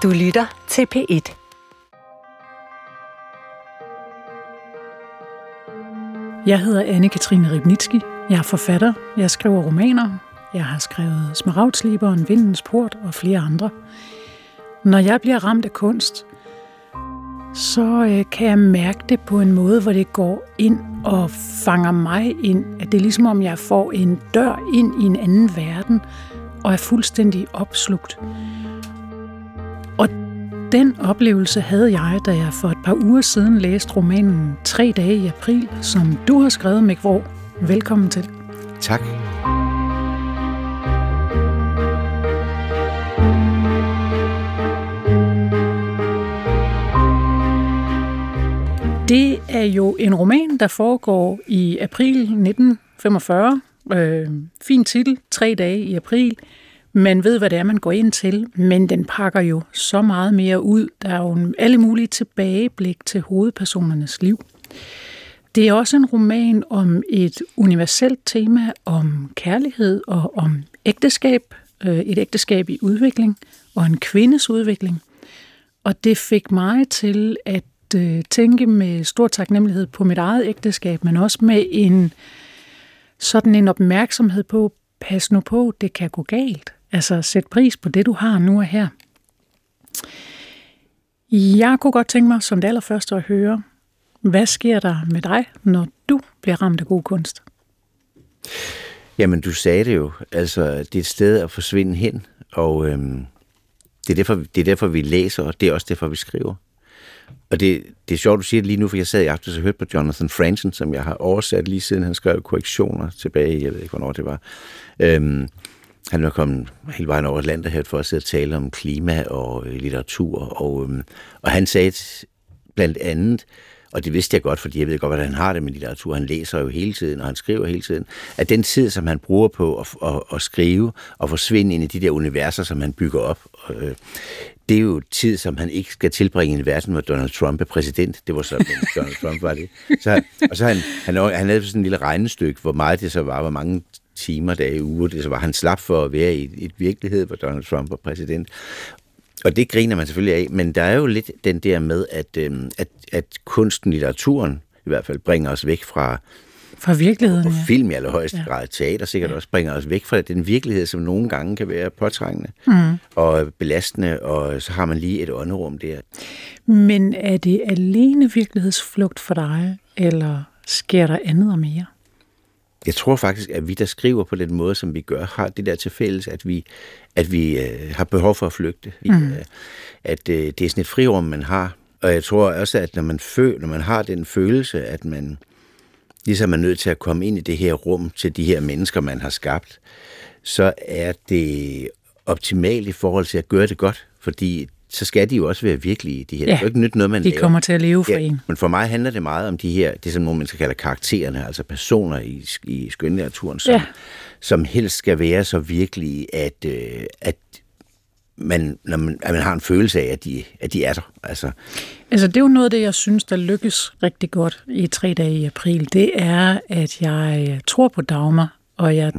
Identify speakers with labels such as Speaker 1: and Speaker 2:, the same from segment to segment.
Speaker 1: Du lytter til P1.
Speaker 2: Jeg hedder Anne-Katrine Ribnitski. Jeg er forfatter. Jeg skriver romaner. Jeg har skrevet Smaragdsliberen, Vindens Port og flere andre. Når jeg bliver ramt af kunst, så kan jeg mærke det på en måde, hvor det går ind og fanger mig ind. At det er ligesom om jeg får en dør ind i en anden verden og er fuldstændig opslugt. Og den oplevelse havde jeg, da jeg for et par uger siden læste romanen 3 dage i april, som du har skrevet, Mick Vraa. Velkommen til.
Speaker 3: Tak.
Speaker 2: Det er jo en roman, der foregår i april 1945. Fin titel, 3 dage i april. Man ved, hvad det er, man går ind til, men den pakker jo så meget mere ud. Der er jo alle mulige tilbageblik til hovedpersonernes liv. Det er også en roman om et universelt tema, om kærlighed og om ægteskab. Et ægteskab i udvikling og en kvindes udvikling. Og det fik mig til at tænke med stor taknemmelighed på mit eget ægteskab, men også med en opmærksomhed på, pas nu på, det kan gå galt. Altså sæt pris på det, du har nu og her. Jeg kunne godt tænke mig som det allerførste at høre, hvad sker der med dig, når du bliver ramt af god kunst?
Speaker 3: Jamen, du sagde det jo. Altså, det er et sted at forsvinde hen, og det er derfor, vi læser, og det er også derfor, vi skriver. Og det er sjovt, du siger det lige nu, for jeg sad i aftes og hørte på Jonathan Franzen, som jeg har oversat lige siden han skrev korrektioner tilbage, jeg ved ikke, hvornår det var. Han var kommet hele vejen over Atlanterhavet for at sidde og tale om klima og litteratur, og han sagde blandt andet, og det vidste jeg godt, fordi jeg ved godt, hvordan han har det med litteratur. Han læser jo hele tiden, og han skriver hele tiden. At den tid, som han bruger på at skrive og forsvinde ind i de der universer, som han bygger op, det er jo tid, som han ikke skal tilbringe i en verden, hvor Donald Trump er præsident. Det var så, men Donald Trump var det. Han havde sådan en lille regnestykke, hvor meget det så var, hvor mange timer, dage, uger det så var. Han slap for at være i et virkelighed, hvor Donald Trump var præsident. Og det griner man selvfølgelig af, men der er jo lidt den der med, at kunsten, litteraturen i hvert fald bringer os væk fra
Speaker 2: virkeligheden,
Speaker 3: og film i allerhøjeste grad, teater sikkert også bringer os væk fra den virkelighed, som nogle gange kan være påtrængende og belastende, og så har man lige et ånderum der.
Speaker 2: Men er det alene virkelighedsflugt for dig, eller sker der andet og mere?
Speaker 3: Jeg tror faktisk, at vi, der skriver på den måde, som vi gør, har det der til fælles, at vi har behov for at flygte. At det er sådan et frirum, man har. Og jeg tror også, at når man har den følelse, at man ligesom er nødt til at komme ind i det her rum til de her mennesker, man har skabt, så er det optimalt i forhold til at gøre det godt, fordi så skal de jo også være virkelige, de her. Det er jo ikke nyt noget, man laver.
Speaker 2: De kommer til at leve for en.
Speaker 3: Men for mig handler det meget om de her, det som nogle mennesker kalder karaktererne, altså personer i skønlitteraturen, som helst skal være så virkelige, at når man har en følelse af, at de er der. Altså,
Speaker 2: det er jo noget af det, jeg synes, der lykkes rigtig godt i 3 dage i april. Det er, at jeg tror på Dagmar, og jeg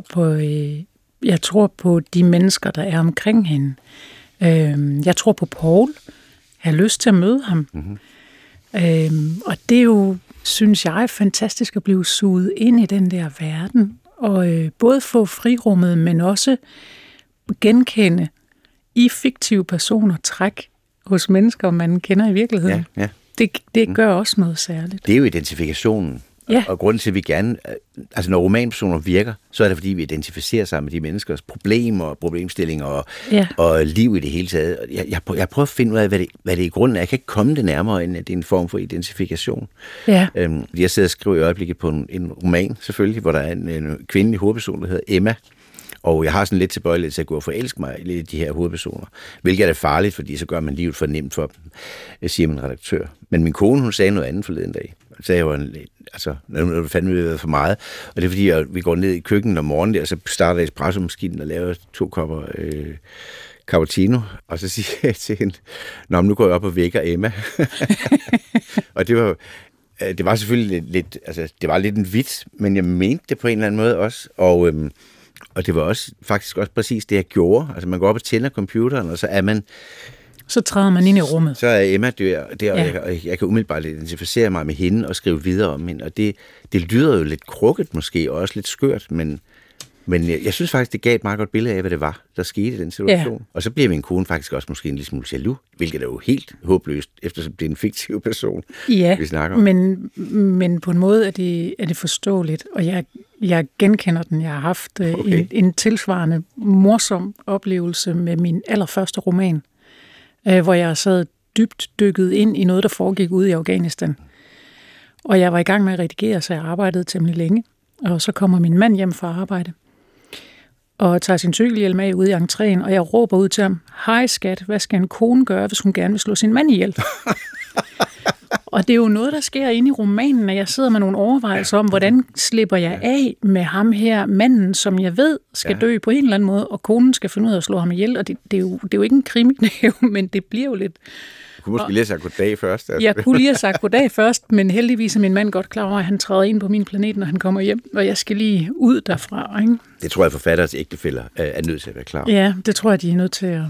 Speaker 2: tror på de mennesker, der er omkring hende. Jeg tror på Paul. Jeg har lyst til at møde ham. Og det er jo, synes jeg, fantastisk at blive suget ind i den der verden. Og både få frirummet, men også genkende i fiktive personer træk hos mennesker, man kender i virkeligheden.
Speaker 3: Ja.
Speaker 2: Det gør også noget særligt.
Speaker 3: Det er jo identifikationen. Ja. Og grunden til, at vi gerne... Altså, når romanpersoner virker, så er det, fordi vi identificerer sig med de menneskers problemer og problemstillinger og liv i det hele taget. Jeg prøver at finde ud af, hvad det i grunden er. Jeg kan ikke komme det nærmere, end at det er en form for identifikation. Ja. Jeg sidder og skriver i øjeblikket på en roman, selvfølgelig, hvor der er en kvindelig hovedperson, der hedder Emma. Og jeg har sådan lidt tilbøjelighed til at gå og forelske mig i de her hovedpersoner. Hvilket er farligt, fordi så gør man livet for nemt for dem, siger min redaktør. Men min kone, hun sagde noget andet forleden dag. Så sagde jeg nu fandme for meget. Og det er fordi, at vi går ned i køkkenet om morgenen der, og så starter espresso-maskinen og laver 2 kopper cappuccino. Og så siger jeg til hende, nu går jeg op og vækker Emma. Og det var selvfølgelig lidt, det var lidt en vits, men jeg mente det på en eller anden måde også. Og det var også faktisk også præcis det, jeg gjorde. Altså man går op og tænder computeren, og så er man
Speaker 2: Så træder man ind i rummet.
Speaker 3: Så er Emma dør, og jeg kan umiddelbart identificere mig med hende og skrive videre om hende, og det lyder jo lidt krukket måske, og også lidt skørt, men jeg synes faktisk, det gav et meget godt billede af, hvad det var, der skete i den situation. Ja. Og så bliver min kone faktisk også måske en lille smule jaloux, hvilket er jo helt håbløst, eftersom det er en fiktiv person, vi snakker om.
Speaker 2: Men på en måde er det forståeligt, og jeg genkender den. Jeg har haft en tilsvarende morsom oplevelse med min allerførste roman, hvor jeg sad dybt dykket ind i noget, der foregik ude i Afghanistan. Og jeg var i gang med at redigere, så jeg arbejdede temmelig længe. Og så kommer min mand hjem fra arbejde og tager sin cykelhjelm af ude i entréen, og jeg råber ud til ham, hej skat, hvad skal en kone gøre, hvis hun gerne vil slå sin mand ihjel? Og det er jo noget, der sker inde i romanen, når jeg sidder med nogle overvejelser om, hvordan slipper jeg af med ham her, manden, som jeg ved skal dø på en eller anden måde, og konen skal finde ud af at slå ham ihjel, og det er jo ikke en krimi, men det bliver jo lidt...
Speaker 3: Du kunne måske lige have sagt goddag først. Altså.
Speaker 2: Jeg kunne lige have sagt goddag først, men heldigvis er min mand godt klar over, at han træder ind på min planet, når han kommer hjem, og jeg skal lige ud derfra. Ikke?
Speaker 3: Det tror jeg, forfatteres ægtefæller er nødt til at være klar over.
Speaker 2: Ja, det tror jeg, de er nødt til at...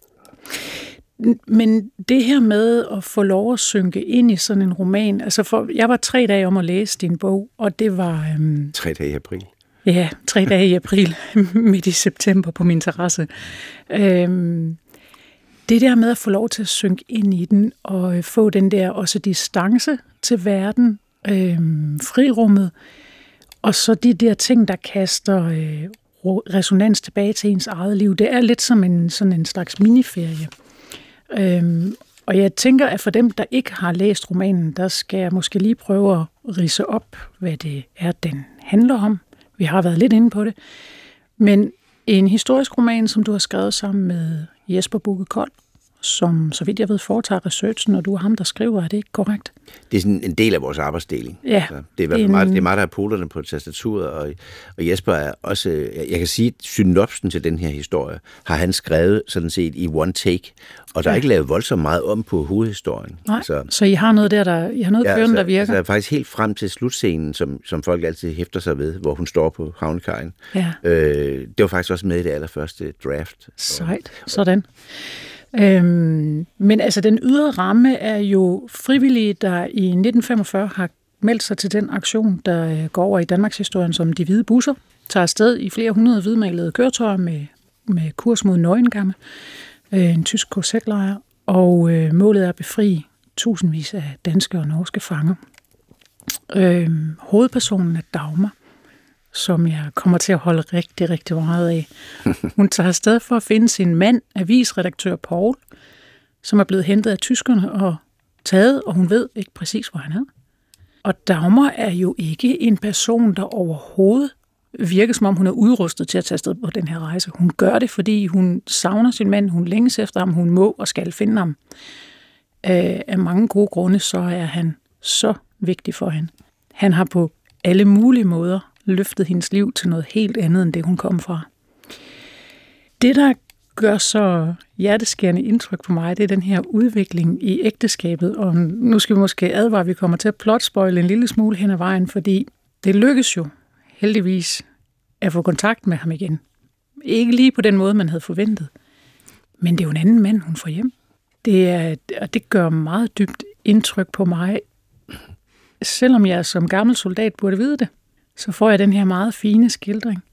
Speaker 2: Men det her med at få lov at synke ind i sådan en roman, altså jeg var 3 dage om at læse din bog, og det var...
Speaker 3: 3 dage i april.
Speaker 2: Ja, 3 dage i april, midt i september på min terrasse. Det der med at få lov til at synke ind i den, og få den der også distance til verden, frirummet, og så de der ting, der kaster resonans tilbage til ens eget liv, det er lidt som sådan en slags miniferie. Og jeg tænker, at for dem, der ikke har læst romanen, der skal jeg måske lige prøve at ridse op, hvad det er, den handler om. Vi har været lidt inde på det. Men en historisk roman, som du har skrevet sammen med Jesper Bugge Kold, som, så vidt jeg ved, foretager researchen, og du er ham, der skriver. Er det ikke korrekt? Det er sådan
Speaker 3: en del af vores arbejdsdeling.
Speaker 2: Ja.
Speaker 3: Altså, det er i hvert fald det er mig, der er polerne på tastaturet, og Jesper er også, jeg kan sige, synopsen til den her historie har han skrevet sådan set i one take, og der er ikke lavet voldsomt meget om på hovedhistorien.
Speaker 2: Nej, så I har noget kørende, der virker?
Speaker 3: Altså faktisk helt frem til slutscenen, som folk altid hæfter sig ved, hvor hun står på havnekajen. Ja. Det var faktisk også med i det allerførste draft.
Speaker 2: Sejt, sådan. Men altså, den ydre ramme er jo frivillige, der i 1945 har meldt sig til den aktion, der går over i Danmarks historien som de hvide busser, tager afsted i flere hundrede hvidmalede køretøjer med kurs mod Neuengamme, en tysk KZ-lejr, og målet er at befri tusindvis af danske og norske fanger. Hovedpersonen er Dagmar, som jeg kommer til at holde rigtig, rigtig meget af. Hun tager afsted for at finde sin mand, avisredaktør Paul, som er blevet hentet af tyskerne og taget, og hun ved ikke præcis, hvor han er. Og Dagmar er jo ikke en person, der overhovedet virker, som om hun er udrustet til at tage afsted på den her rejse. Hun gør det, fordi hun savner sin mand, hun længes efter ham, hun må og skal finde ham. Af mange gode grunde, så er han så vigtig for hende. Han har på alle mulige måder løftet hendes liv til noget helt andet, end det hun kom fra. Det, der gør så hjerteskærende indtryk på mig, det er den her udvikling i ægteskabet, og nu skal vi måske advare, at vi kommer til at plotspoile en lille smule hen ad vejen, fordi det lykkes jo heldigvis at få kontakt med ham igen. Ikke lige på den måde, man havde forventet, men det er jo en anden mand, hun får hjem. Og det gør meget dybt indtryk på mig. Selvom jeg som gammel soldat burde vide det, så får jeg den her meget fine skildring.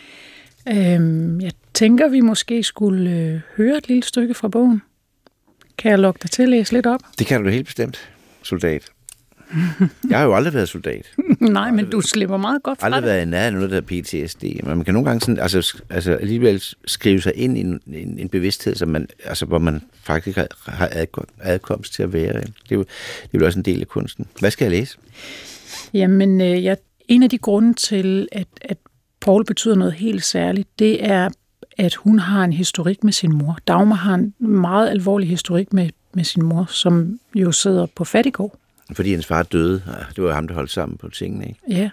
Speaker 2: Jeg tænker, vi måske skulle høre et lille stykke fra bogen. Kan jeg lokke dig til at læse lidt op?
Speaker 3: Det kan du helt bestemt, soldat. Jeg har jo aldrig været soldat.
Speaker 2: Nej, men du slipper meget godt fra det.
Speaker 3: Jeg har aldrig været i nærheden af noget, der er PTSD. Men man kan nogle gange sådan, altså alligevel skrive sig ind i en bevidsthed, som man, altså, hvor man faktisk har adkomst til at være. Det er jo også en del af kunsten. Hvad skal jeg læse?
Speaker 2: Jamen, en af de grunde til, at Paul betyder noget helt særligt, det er, at hun har en historik med sin mor. Dagmar har en meget alvorlig historik med sin mor, som jo sidder på fattiggård. Fordi
Speaker 3: hendes far døde. Det var ham, der holdt sammen på tingene, ikke?
Speaker 2: Ja.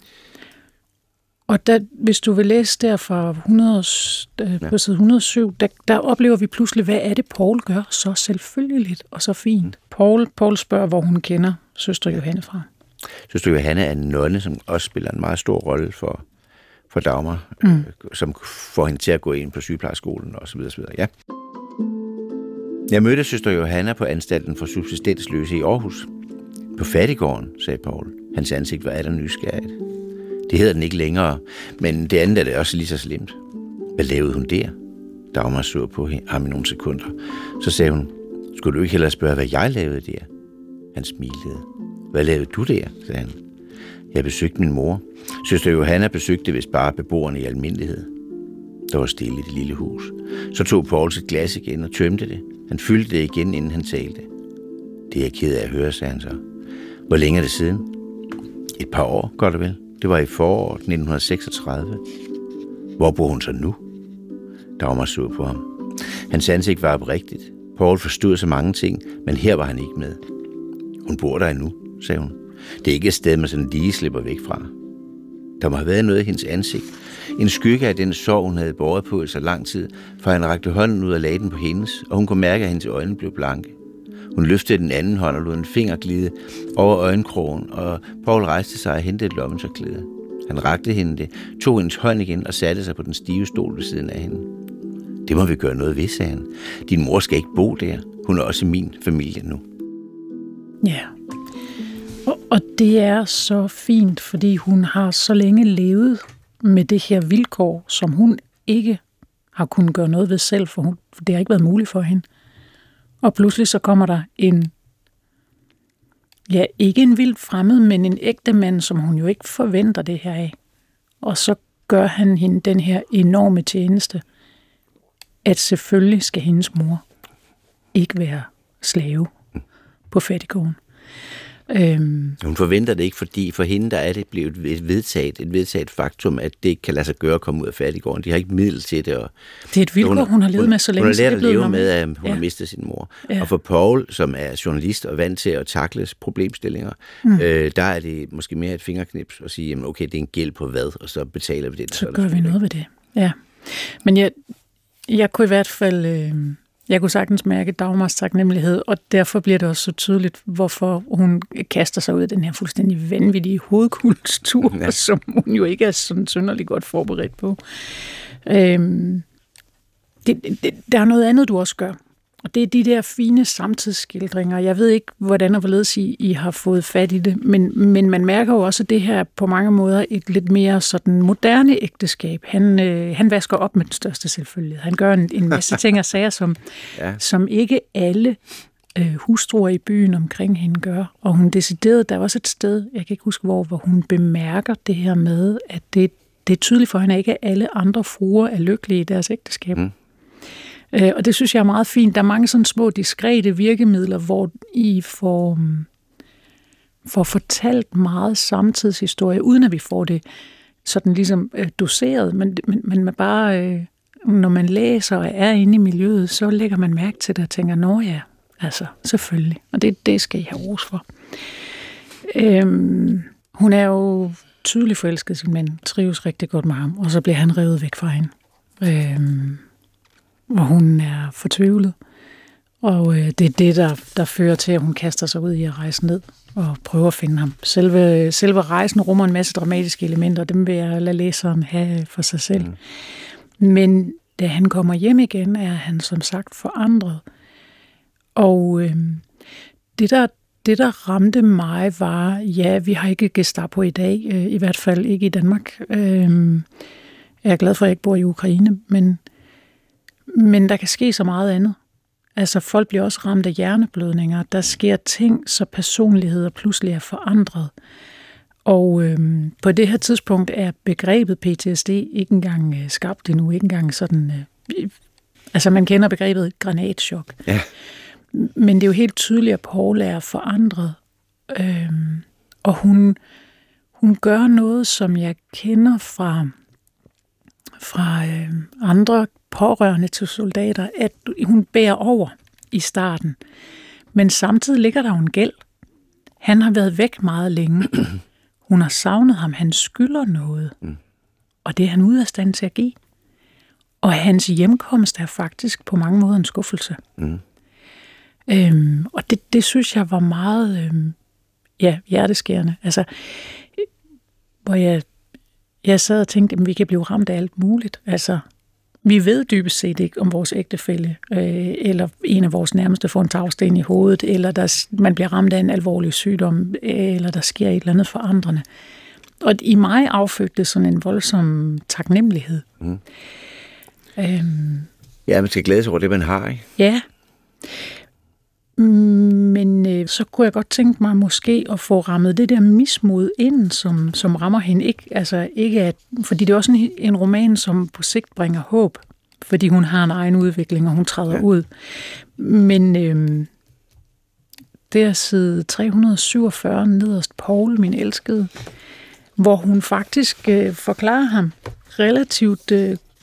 Speaker 2: Og hvis du vil læse der fra på side 107, der oplever vi pludselig, hvad er det, Paul gør så selvfølgeligt og så fint. Paul spørger, hvor hun kender søster Johanne fra.
Speaker 3: Søster Johanne er en nonne, som også spiller en meget stor rolle for Dagmar, som får hende til at gå ind på sygeplejeskolen og så videre, så videre. Ja. Jeg mødte søster Johanna på anstalten for subsistensløse i Aarhus. På fattiggården, sagde Paul. Hans ansigt var atter nysgerrigt. Det hedder den ikke længere, men det andet er det også lige så slemt. Hvad lavede hun der? Dagmar så på ham i nogle sekunder. Så sagde hun, skulle du ikke hellere spørge, hvad jeg lavede der? Han smilede. Hvad lavede du der? Sagde han. Jeg besøgte min mor. Søster Johanna besøgte vist bare beboerne i almindelighed. Der var stille i det lille hus. Så tog Paul sit glas igen og tømte det. Han fyldte det igen, inden han talte. Det er jeg ked af at høre, sagde han så. Hvor længe er det siden? Et par år, godt og vel. Det var i foråret 1936. Hvor bor hun så nu? Dagmar så på ham. Hans ansigt var oprigtigt. Paul forstod så mange ting, men her var han ikke med. Hun bor der endnu, sagde hun. Det er ikke et sted, man sådan lige slipper væk fra. Der må have været noget i hendes ansigt. En skygge af den sorg, hun havde båret på i så lang tid, for han rakte hånden ud og lagde den på hendes, og hun kunne mærke, at hendes øjne blev blanke. Hun løftede den anden hånd og lod en finger glide over øjenkrogen, og Paul rejste sig og hentede et lommetørklæde. Han rakte hende det, tog hendes hånd igen og satte sig på den stive stol ved siden af hende. Det må vi gøre noget ved, sagde han. Din mor skal ikke bo der. Hun er også i min familie nu.
Speaker 2: Ja, og det er så fint, fordi hun har så længe levet med det her vilkår, som hun ikke har kunnet gøre noget ved selv, for det har ikke været muligt for hende. Og pludselig så kommer der ikke en vild fremmed, men en ægte mand, som hun jo ikke forventer det her af. Og så gør han hende den her enorme tjeneste, at selvfølgelig skal hendes mor ikke være slave på fattiggården.
Speaker 3: Hun forventer det ikke, fordi for hende der er det blevet et vedtaget faktum, at det ikke kan lade sig gøre at komme ud af fattiggården. De har ikke middel til det. Og
Speaker 2: det er et vilkår, hun har levet med så længe.
Speaker 3: Hun har lært at leve med, at hun har mistet sin mor. Ja. Og for Paul, som er journalist og vant til at tackle problemstillinger, der er det måske mere et fingerknips at sige, jamen okay, det er en gæld på hvad, og så betaler vi det.
Speaker 2: Så gør vi noget ved det, ja. Men jeg kunne i hvert fald... Jeg kunne sagtens mærke Dagmars taknemmelighed, og derfor bliver det også så tydeligt, hvorfor hun kaster sig ud af den her fuldstændig vanvittige hovedkultur, som hun jo ikke er sådan synderligt godt forberedt på. Der er noget andet, du også gør, og det er de der fine samtidsskildringer. Jeg ved ikke, hvordan og hvorledes I har fået fat i det, men man mærker jo også, at det her på mange måder et lidt mere sådan moderne ægteskab. Han vasker op med den største selvfølgelighed. Han gør en masse ting og sager, som ikke alle hustruer i byen omkring hende gør. Og hun deciderede, der er også et sted, jeg kan ikke huske hvor hun bemærker det her med, at det er tydeligt for hende, at ikke alle andre fruer er lykkelige i deres ægteskab. Og det synes jeg er meget fint. Der er mange sådan små, diskrete virkemidler, hvor I får fortalt meget samtidshistorie, uden at vi får det sådan ligesom doseret. Men man bare, når man læser og er inde i miljøet, så lægger man mærke til det og tænker, nå ja, altså selvfølgelig. Og det skal I have ros for. Hun er jo tydeligt forelsket sin mand, trives rigtig godt med ham, og så bliver han revet væk fra hende. Og hun er fortvivlet. Og det er det, der fører til, at hun kaster sig ud i at rejse ned og prøve at finde ham. Selve rejsen rummer en masse dramatiske elementer, og dem vil jeg lade læseren have for sig selv. Men da han kommer hjem igen, er han som sagt forandret. Og det, der ramte mig, var, vi har ikke Gestapo i dag, i hvert fald ikke i Danmark. Jeg er glad for, at jeg ikke bor i Ukraine, men der kan ske så meget andet. Altså, folk bliver også ramt af hjerneblødninger. Der sker ting, så personligheder pludselig er forandret. Og på det her tidspunkt er begrebet PTSD ikke engang skabt endnu. Ikke engang sådan... altså, man kender begrebet granatschok. Ja. Men det er jo helt tydeligt, at Paul er forandret. Og hun gør noget, som jeg kender fra andre pårørende til soldater, at hun bærer over i starten. Men samtidig ligger der jo en gæld. Han har været væk meget længe. Hun har savnet ham. Han skylder noget. Og det er han ude af stand til at give. Og hans hjemkomst er faktisk på mange måder en skuffelse. Og det synes jeg var meget hjerteskærende. Altså, hvor jeg sad og tænkte, at vi kan blive ramt af alt muligt. Altså, Vi ved dybest set ikke, om vores ægtefælle eller en af vores nærmeste får en tagsten i hovedet, eller man bliver ramt af en alvorlig sygdom, eller der sker et eller andet forandrende. Og i mig affødte det sådan en voldsom taknemmelighed.
Speaker 3: Ja, man skal glæde sig over det, man har, ikke?
Speaker 2: Ja. Men så kunne jeg godt tænke mig måske at få rammet det der mismod ind, som rammer hende. Ikke fordi det er også en roman, som på sigt bringer håb, fordi hun har en egen udvikling, og hun træder ud. Men det er side 347 nederst, Paul, min elskede, hvor hun faktisk forklarer ham relativt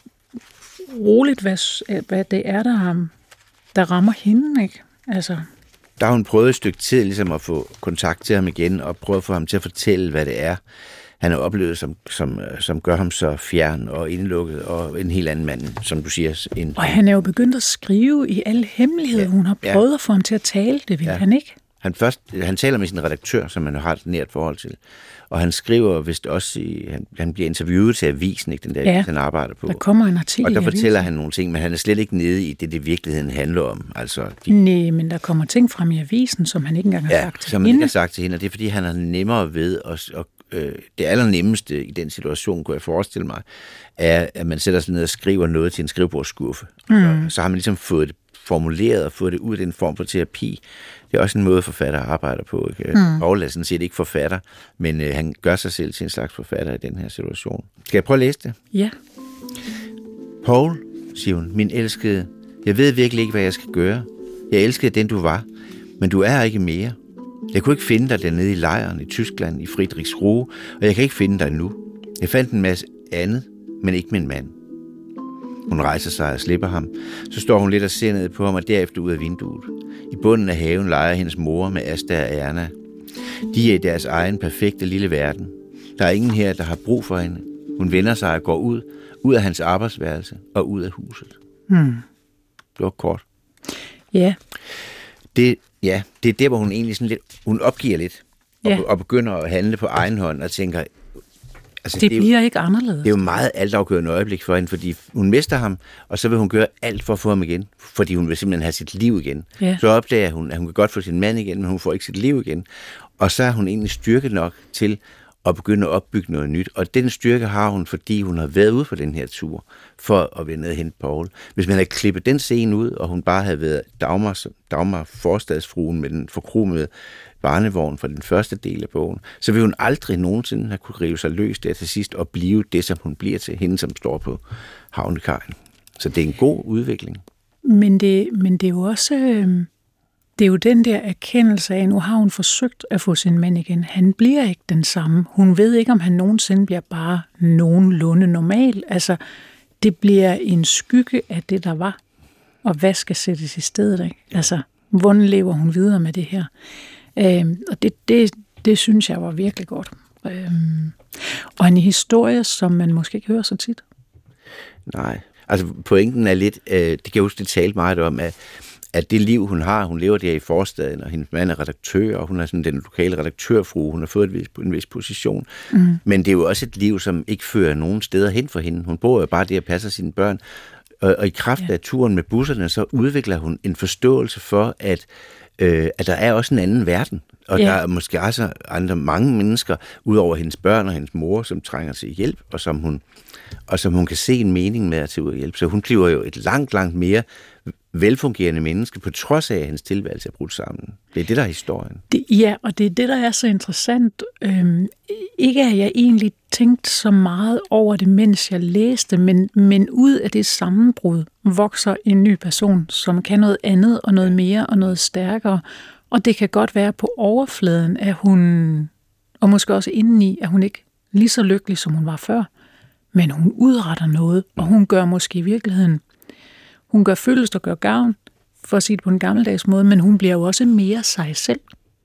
Speaker 2: roligt, hvad det er, der rammer hende, ikke? Altså.
Speaker 3: Der har hun prøvet et stykke tid ligesom at få kontakt til ham igen, og prøve at få ham til at fortælle, hvad det er, han har oplevet, som gør ham så fjern og indlukket, og en helt anden mand, som du siger.
Speaker 2: Og han er jo begyndt at skrive i alle hemmeligheder. Hun har prøvet at få ham til at tale, det vil han ikke.
Speaker 3: Han taler med sin redaktør, som han har et nært forhold til. Og han skriver vist også, han bliver interviewet til avisen, ikke, den der han arbejder på.
Speaker 2: Der kommer en artikel.
Speaker 3: Og der fortæller han nogle ting, men han er slet ikke nede i det virkeligheden handler om. Altså,
Speaker 2: nej, men der kommer ting frem i avisen, som han ikke engang har sagt til hende.
Speaker 3: som han ikke har sagt til hende, og det er, fordi han er nemmere ved det allernemmeste i den situation, kunne jeg forestille mig, er, at man sætter sig ned og skriver noget til en skrivebordsskuffe. Så har man ligesom fået det formuleret og fået det ud af den form for terapi. Det er også en måde, forfatter arbejder på. Paul er sådan set ikke forfatter, men han gør sig selv til en slags forfatter i den her situation. Skal jeg prøve at læse det?
Speaker 2: Ja.
Speaker 3: Paul, siger hun, min elskede, jeg ved virkelig ikke, hvad jeg skal gøre. Jeg elskede den, du var, men du er ikke mere. Jeg kunne ikke finde dig dernede i lejren i Tyskland, i Friedrichsruhe, og jeg kan ikke finde dig nu. Jeg fandt en masse andet, men ikke min mand. Hun rejser sig og slipper ham. Så står hun lidt og ser ned på ham, og derefter ud af vinduet. I bunden af haven leger hendes mor med Asta og Erna. De er i deres egen perfekte lille verden. Der er ingen her, der har brug for hende. Hun vender sig og går ud af hans arbejdsværelse og ud af huset. Det var kort.
Speaker 2: Ja.
Speaker 3: Det er der, hvor hun egentlig sådan lidt, hun opgiver lidt, og begynder at handle på egen hånd, og tænker, altså,
Speaker 2: det bliver ikke anderledes.
Speaker 3: Det er jo meget altafgørende øjeblik for hende, fordi hun mister ham, og så vil hun gøre alt for at få ham igen, fordi hun vil simpelthen have sit liv igen. Ja. Så opdager hun, at hun kan godt få sin mand igen, men hun får ikke sit liv igen. Og så er hun egentlig styrke nok til at begynde at opbygge noget nyt. Og den styrke har hun, fordi hun har været ude på den her tur, for at være nede og hente Paul. Hvis man havde klippet den scene ud, og hun bare havde været Dagmar forstadsfruen med den forkromede barnevogn fra den første del af bogen, så vil hun aldrig nogensinde have kunne rive sig løs der til sidst og blive det, som hun bliver til, hende som står på havnekajen. Så det er en god udvikling.
Speaker 2: Men det er jo også det er jo den der erkendelse af, nu har hun forsøgt at få sin mand igen. Han bliver ikke den samme. Hun ved ikke, om han nogensinde bliver bare nogenlunde normal. Altså, det bliver en skygge af det, der var. Og hvad skal sættes i stedet, ikke? Altså, hvordan lever hun videre med det her? Og det synes jeg var virkelig godt. Og en historie, som man måske ikke hører så tit.
Speaker 3: Nej, altså pointen er lidt, det kan jeg huske, det talte meget om, at det liv, hun har, hun lever der i forstaden, og hendes mand er redaktør, og hun er sådan den lokale redaktørfrue, hun har fået en vis position. Men det er jo også et liv, som ikke fører nogen steder hen for hende. Hun bor jo bare der og passer sine børn, og i kraft af turen med busserne, så udvikler hun en forståelse for, at der er også en anden verden, og der er måske også mange mennesker, udover hendes børn og hendes mor, som trænger til hjælp, og som hun kan se en mening med at tage ud og hjælpe. Så hun bliver jo et langt mere velfungerende menneske, på trods af, at hendes tilværelse er brudt sammen. Det er det, der er historien.
Speaker 2: Og det er det, der er så interessant. Ikke at jeg egentlig tænkt så meget over det, mens jeg læste, men ud af det sammenbrud vokser en ny person, som kan noget andet, og noget mere, og noget stærkere. Og det kan godt være på overfladen, at hun, og måske også indeni, at hun ikke lige så lykkelig, som hun var før, men hun udretter noget, og hun gør måske i virkeligheden, hun gør fyldest og gør gavn, for at sige det på en gammeldags måde, men hun bliver jo også mere sig selv.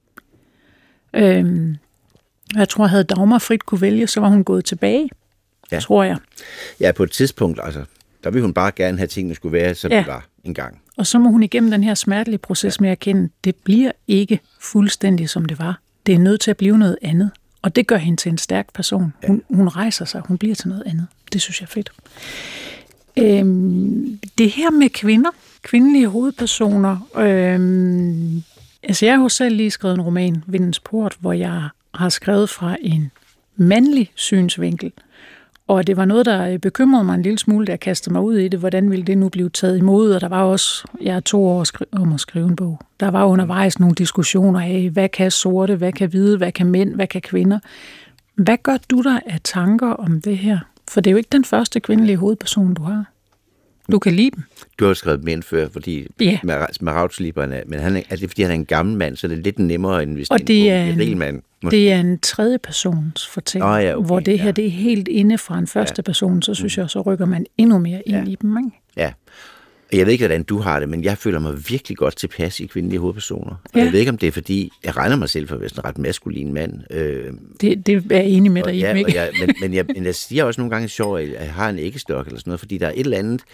Speaker 2: Jeg tror, havde Dagmar frit kunne vælge, så var hun gået tilbage, tror jeg. Ja,
Speaker 3: på et tidspunkt, altså, der vil hun bare gerne have tingene skulle være, som det var engang.
Speaker 2: Og så må hun igennem den her smertelige proces med at erkende, det bliver ikke fuldstændig, som det var. Det er nødt til at blive noget andet. Og det gør hende til en stærk person. Hun rejser sig, hun bliver til noget andet. Det synes jeg er fedt. Det her med kvindelige hovedpersoner. Jeg har jo selv lige skrevet en roman, Vindens Port, hvor jeg har skrevet fra en mandlig synsvinkel. Og det var noget, der bekymrede mig en lille smule, da jeg kastede mig ud i det. Hvordan ville det nu blive taget imod? Og der var også, jeg er 2 år om at skrive en bog. Der var undervejs nogle diskussioner af, hvad kan sorte, hvad kan hvide, hvad kan mænd, hvad kan kvinder? Hvad gør du der af tanker om det her? For det er jo ikke den første kvindelige hovedperson, du har. Du kan lide dem.
Speaker 3: Du har jo skrevet mænd før, fordi Marautsliberen men er det fordi, han er en gammel mand, så det er lidt nemmere, end hvis det er en regelmand.
Speaker 2: Det er en tredje persons fortælling, okay, hvor det her det er helt inde fra en første person, så synes jeg, så rykker man endnu mere ind i dem. Ikke?
Speaker 3: Ja. Jeg ved ikke, hvordan du har det, men jeg føler mig virkelig godt tilpas i kvindelige hovedpersoner. Og jeg ved ikke, om det er, fordi jeg regner mig selv for at være sådan en ret maskulin mand.
Speaker 2: Det er jeg enig med dig i, Mikkel.
Speaker 3: Men jeg siger også nogle gange sjovt, at jeg har en æggestok eller sådan noget, fordi der er et eller andet...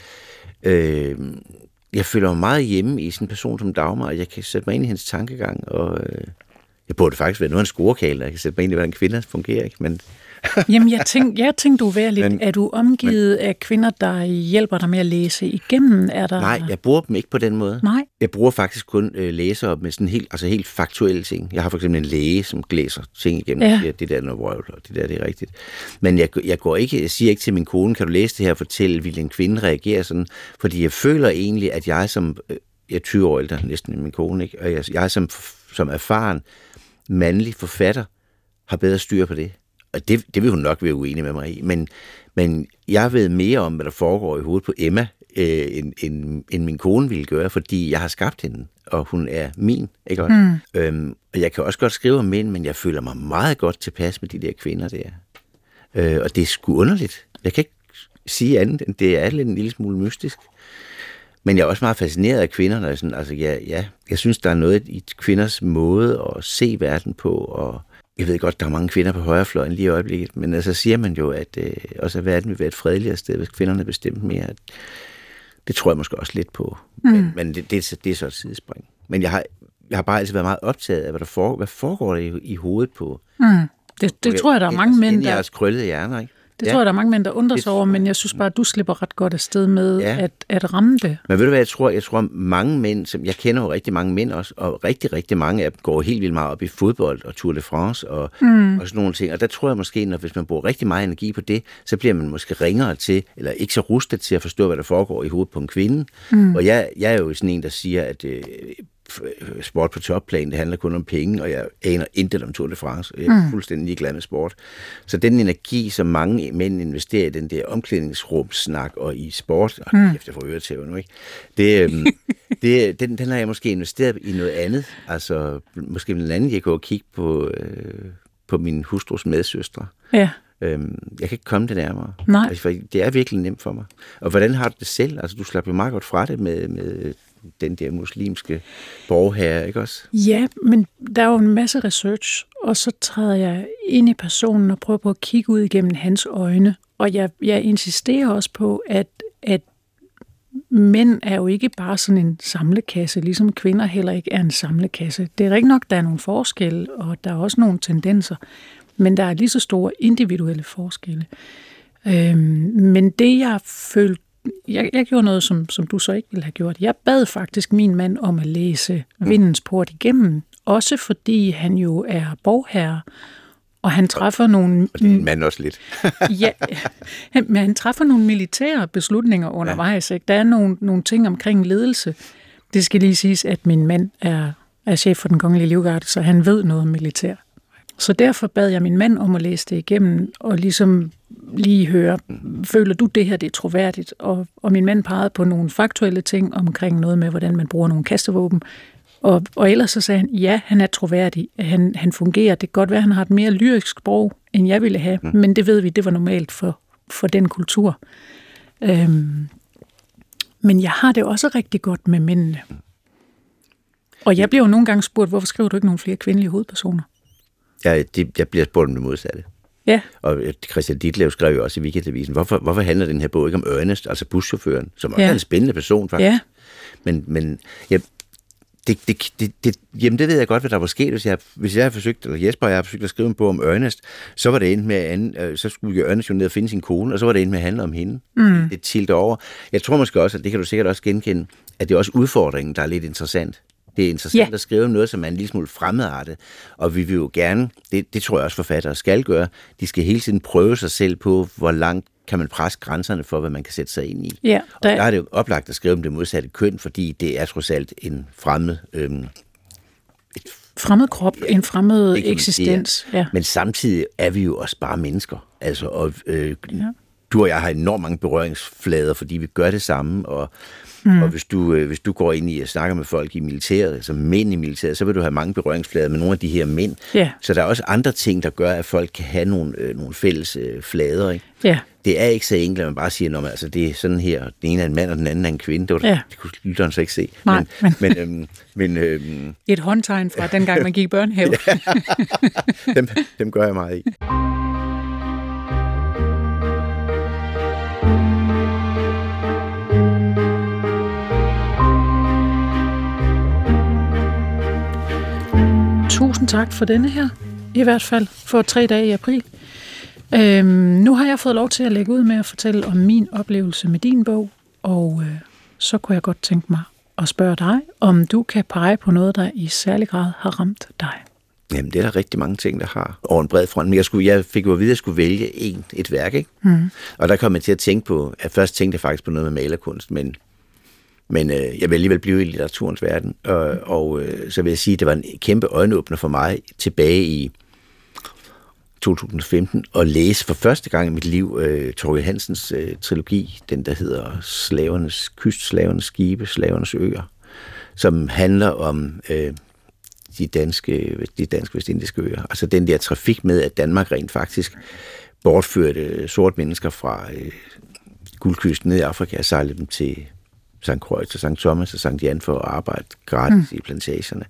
Speaker 3: jeg føler mig meget hjemme i sådan en person som Dagmar, og jeg kan sætte mig ind i hendes tankegang, og jeg burde faktisk være noget af en scorekale, jeg kan sætte mig ind i, hvordan kvinder fungerer, ikke? Men...
Speaker 2: Jamen, jeg tænkte du være lidt. Er du omgivet af kvinder, der hjælper dig med at læse igennem? Er der...
Speaker 3: Nej, jeg bruger dem ikke på den måde.
Speaker 2: Nej.
Speaker 3: Jeg bruger faktisk kun læsere med sådan helt faktuelle ting. Jeg har for eksempel en læge, som læser ting igennem, og siger, det der er noget vrøvl, og det der det er rigtigt. Men jeg siger ikke til min kone, kan du læse det her og fortælle, vil en kvinde reagere sådan? Fordi jeg føler egentlig, at jeg som... Jeg er 20 år ældre næsten end min kone, ikke? Og jeg som erfaren mandlig forfatter har bedre styr på det. Og det vil hun nok være uenig med mig i. Men jeg ved mere om, hvad der foregår i hovedet på Emma, end min kone ville gøre, fordi jeg har skabt hende, og hun er min. Ikke? Og jeg kan også godt skrive om mænd, men jeg føler mig meget godt tilpas med de der kvinder der. Og det er sgu underligt. Jeg kan ikke sige andet, end det er lidt en lille smule mystisk. Men jeg er også meget fascineret af kvinderne. Jeg synes, der er noget i kvinders måde at se verden på, og jeg ved godt, der er mange kvinder på højrefløjen lige i øjeblikket, men altså siger man jo, at også at verden vil være et fredeligere sted, hvis kvinderne bestemte mere. Det tror jeg måske også lidt på. Men det er så et sidespring. Men jeg har bare altid været meget optaget af, hvad foregår der i hovedet på.
Speaker 2: Det tror jeg, der er mange mænd, der...
Speaker 3: jeres krøllede hjerner, ikke?
Speaker 2: Det tror jeg, der er mange mænd, der undrer sig over, men jeg synes bare, at du slipper ret godt afsted med at ramme det.
Speaker 3: Men ved du hvad, jeg tror mange mænd, som jeg kender jo rigtig mange mænd også, og rigtig, rigtig mange af dem går helt vildt meget op i fodbold og Tour de France og sådan nogle ting. Og der tror jeg måske, hvis man bruger rigtig meget energi på det, så bliver man måske ringere til, eller ikke så rustet til at forstå, hvad der foregår i hovedet på en kvinde. Og jeg er jo sådan en, der siger, at sport på topplan, det handler kun om penge, og jeg aner intet om Tour de France. Jeg er fuldstændig ligeglad med sport. Så den energi, som mange mænd investerer i den der omklædningsrumsnak og i sport, efter for øretæver nu, ikke? Den har jeg måske investeret i noget andet. Altså, måske blandt andet, jeg går og kigge på min hustrus medsøstre.
Speaker 2: Ja.
Speaker 3: Jeg kan ikke komme det nærmere.
Speaker 2: Nej.
Speaker 3: Altså, for det er virkelig nemt for mig. Og hvordan har du det selv? Altså, du slap jo meget godt fra det med den der muslimske borgherre, ikke også? Ja,
Speaker 2: men der er jo en masse research, og så træder jeg ind i personen og prøver på at kigge ud igennem hans øjne. Og jeg insisterer også på, at mænd er jo ikke bare sådan en samlekasse, ligesom kvinder heller ikke er en samlekasse. Det er rigtig nok, der er nogle forskelle, og der er også nogle tendenser, men der er lige så store individuelle forskelle. Men det, jeg følte, jeg gjorde noget, som du så ikke ville have gjort. Jeg bad faktisk min mand om at læse Vindens Port igennem, også fordi han jo er borgherre, og han træffer nogle...
Speaker 3: Og det er en mand også lidt.
Speaker 2: Ja, men han træffer nogle militære beslutninger undervejs. Ikke? Der er nogle ting omkring ledelse. Det skal lige siges, at min mand er chef for den kongelige livgarde, så han ved noget om militær. Så derfor bad jeg min mand om at læse det igennem, og ligesom lige høre, føler du det her, det er troværdigt? Og min mand pegede på nogle faktuelle ting omkring noget med, hvordan man bruger nogle kastevåben. Og ellers så sagde han, ja, han er troværdig, han fungerer. Det kan godt være, at han har et mere lyrisk sprog, end jeg ville have, men det ved vi, det var normalt for den kultur. Men jeg har det også rigtig godt med mændene. Og jeg bliver jo nogle gange spurgt, hvorfor skriver du ikke nogle flere kvindelige hovedpersoner?
Speaker 3: Jeg bliver spurgt om det modsatte.
Speaker 2: Ja.
Speaker 3: Og Christian Ditlev skrev jo også i Weekendavisen, hvorfor handler den her bog ikke om Ernest, altså buschaufføren, som også er en spændende person faktisk.
Speaker 2: Ja.
Speaker 3: Men Jamen, det ved jeg godt, hvad der var sket. Hvis jeg har forsøgt, eller Jesper og jeg har forsøgt at skrive en bog om Ernest, så var det endt med, så skulle Ernest jo ned og finde sin kone, og så var det endt med at handle om hende. Det tilte over. Jeg tror måske også, at det kan du sikkert også genkende, at det er også udfordringen, der er lidt interessant. Det er interessant at skrive om noget, som er en lille smule fremmedartet, og vi vil jo gerne, det tror jeg også forfattere skal gøre, de skal hele tiden prøve sig selv på, hvor langt kan man presse grænserne for, hvad man kan sætte sig ind i.
Speaker 2: Ja,
Speaker 3: og der er det jo oplagt at skrive om det modsatte køn, fordi det er trods alt en fremmed...
Speaker 2: fremmed krop, en fremmed eksistens. Ja.
Speaker 3: Men samtidig er vi jo også bare mennesker. Altså, og du og jeg har enormt mange berøringsflader, fordi vi gør det samme, og hvis du går ind i og snakker med folk i militæret, altså mænd i militæret, så vil du have mange berøringsflader med nogle af de her mænd.
Speaker 2: Ja.
Speaker 3: Så der er også andre ting, der gør, at folk kan have nogle fælles flader. Ikke?
Speaker 2: Ja.
Speaker 3: Det er ikke så enkelt, at man bare siger, at altså, det er sådan her, den ene er en mand, og den anden er en kvinde. Det kunne lytteren så ikke se.
Speaker 2: Nej,
Speaker 3: men
Speaker 2: et håndtegn fra dengang, man gik i børnehave.
Speaker 3: dem gør jeg meget i.
Speaker 2: Tusind tak for denne her, i hvert fald for 3 dage i april. Nu har jeg fået lov til at lægge ud med at fortælle om min oplevelse med din bog, og så kunne jeg godt tænke mig at spørge dig, om du kan pege på noget, der i særlig grad har ramt dig.
Speaker 3: Jamen, det er der rigtig mange ting, der har over en bred front. Men jeg fik jo at vide, at jeg skulle vælge et værk, ikke? Og der kom jeg til at tænke på, at først tænkte jeg faktisk på noget med malerkunst, men jeg vil alligevel blive i litteraturens verden, og så vil jeg sige, at det var en kæmpe øjenåbner for mig tilbage i 2015 at læse for første gang i mit liv Thorkild Hansens trilogi, den der hedder Slavernes kyst, Slavernes skibe, Slavernes øer, som handler om de danske vestindiske øer. Altså den der trafik med, at Danmark rent faktisk bortførte sorte mennesker fra Guldkysten ned i Afrika og sejlede dem til St. Croix og St. Thomas og St. Jan for at arbejde gratis i plantagerne,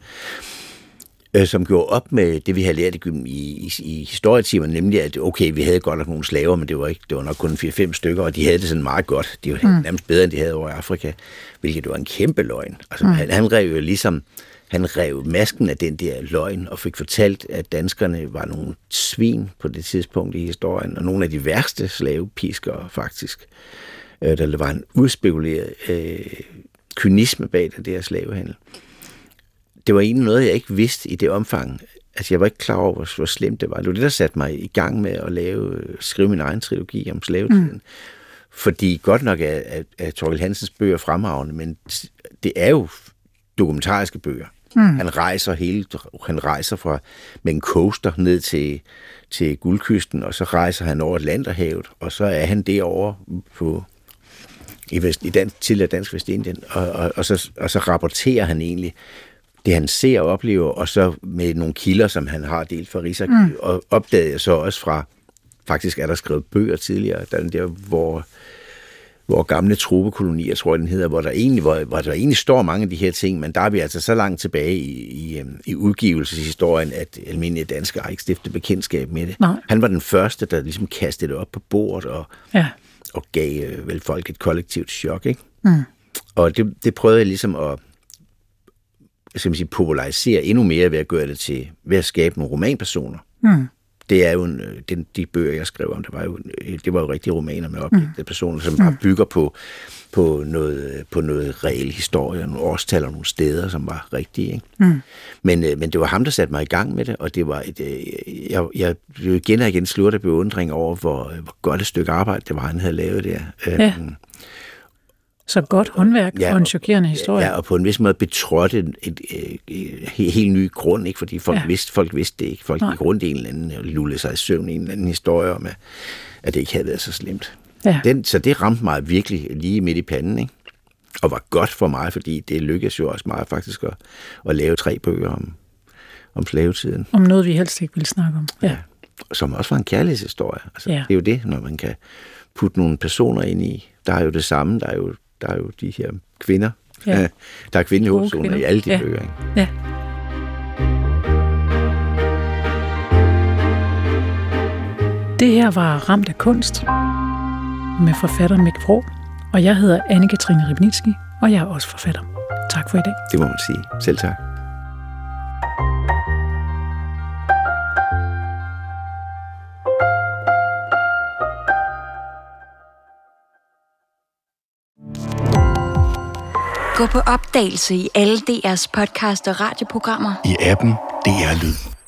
Speaker 3: som gjorde op med det, vi havde lært i historietimerne, nemlig at okay, vi havde godt nok nogle slaver, men det var nok kun 4-5 stykker, og de havde det sådan meget godt. De var nærmest bedre, end de havde over i Afrika, hvilket var en kæmpe løgn. Altså, han rev jo ligesom, han rev masken af den der løgn og fik fortalt, at danskerne var nogle svin på det tidspunkt i historien, og nogle af de værste slavepiskere faktisk. Der var en udspekuleret kynisme bag det her slavehandel. Det var egentlig noget, jeg ikke vidste i det omfang. Altså, jeg var ikke klar over, hvor slemt det var. Det var det, der satte mig i gang med at skrive min egen trilogi om slavetiden. Fordi godt nok er Thorkild Hansens bøger fremragende, men det er jo dokumentariske bøger. Han rejser fra med en coaster ned til Guldkysten, og så rejser han over Atlanterhavet, og så er han derovre på tidligere Dansk Vestindien, og så rapporterer han egentlig det, han ser og oplever, og så med nogle kilder, som han har delt fra Rigsarkivet, og opdagede jeg så også fra, faktisk er der skrevet bøger tidligere, der hvor gamle tropekolonier, tror jeg den hedder, hvor der egentlig står mange af de her ting, men der er vi altså så langt tilbage i udgivelseshistorien, at almindelige danskere har ikke stiftet bekendtskab med det. Nej. Han var den første, der ligesom kastede det op på bordet og gav vel folk et kollektivt chok, ikke? Og det prøvede jeg ligesom at popularisere endnu mere ved at gøre det ved at skabe nogle romanpersoner. Det er jo de bøger, jeg skrev om, det var jo rigtige romaner med objektive personer, som bare bygger på noget reel historie, nogle årstal og nogle steder, som var rigtige. Ikke? Men det var ham, der satte mig i gang med det, og det var jeg blev igen og igen slået af beundring over, hvor godt et stykke arbejde det var, han havde lavet der.
Speaker 2: Så godt håndværk og en chokerende historie. Ja,
Speaker 3: og på en vis måde betrådte et helt ny grund, ikke? Fordi folk vidste det ikke. Folk gik rundt i en eller anden og lullede sig i søvn i en eller anden historie om, at det ikke havde været så slemt. Ja. Så det ramte mig virkelig lige midt i panden, ikke? Og var godt for mig, fordi det lykkedes jo også meget faktisk at lave 3 bøger om slavetiden.
Speaker 2: Om noget, vi helst ikke ville snakke om. Ja.
Speaker 3: Som også var en kærlighedshistorie. Altså, det er jo det, når man kan putte nogle personer ind i. Der er jo det samme, der er jo de her kvinder. Ja. Der er kvindelige hovedpersoner i alle de bøger. Ikke?
Speaker 2: Ja. Det her var Ramt af kunst med forfatter Mik Vraa, og jeg hedder Anne-Katrine Ribnitski, og jeg er også forfatter. Tak for i dag.
Speaker 3: Det må man sige. Selv tak.
Speaker 1: Gå på opdagelse i alle DR's podcast og radioprogrammer.
Speaker 4: I appen DR Lyd.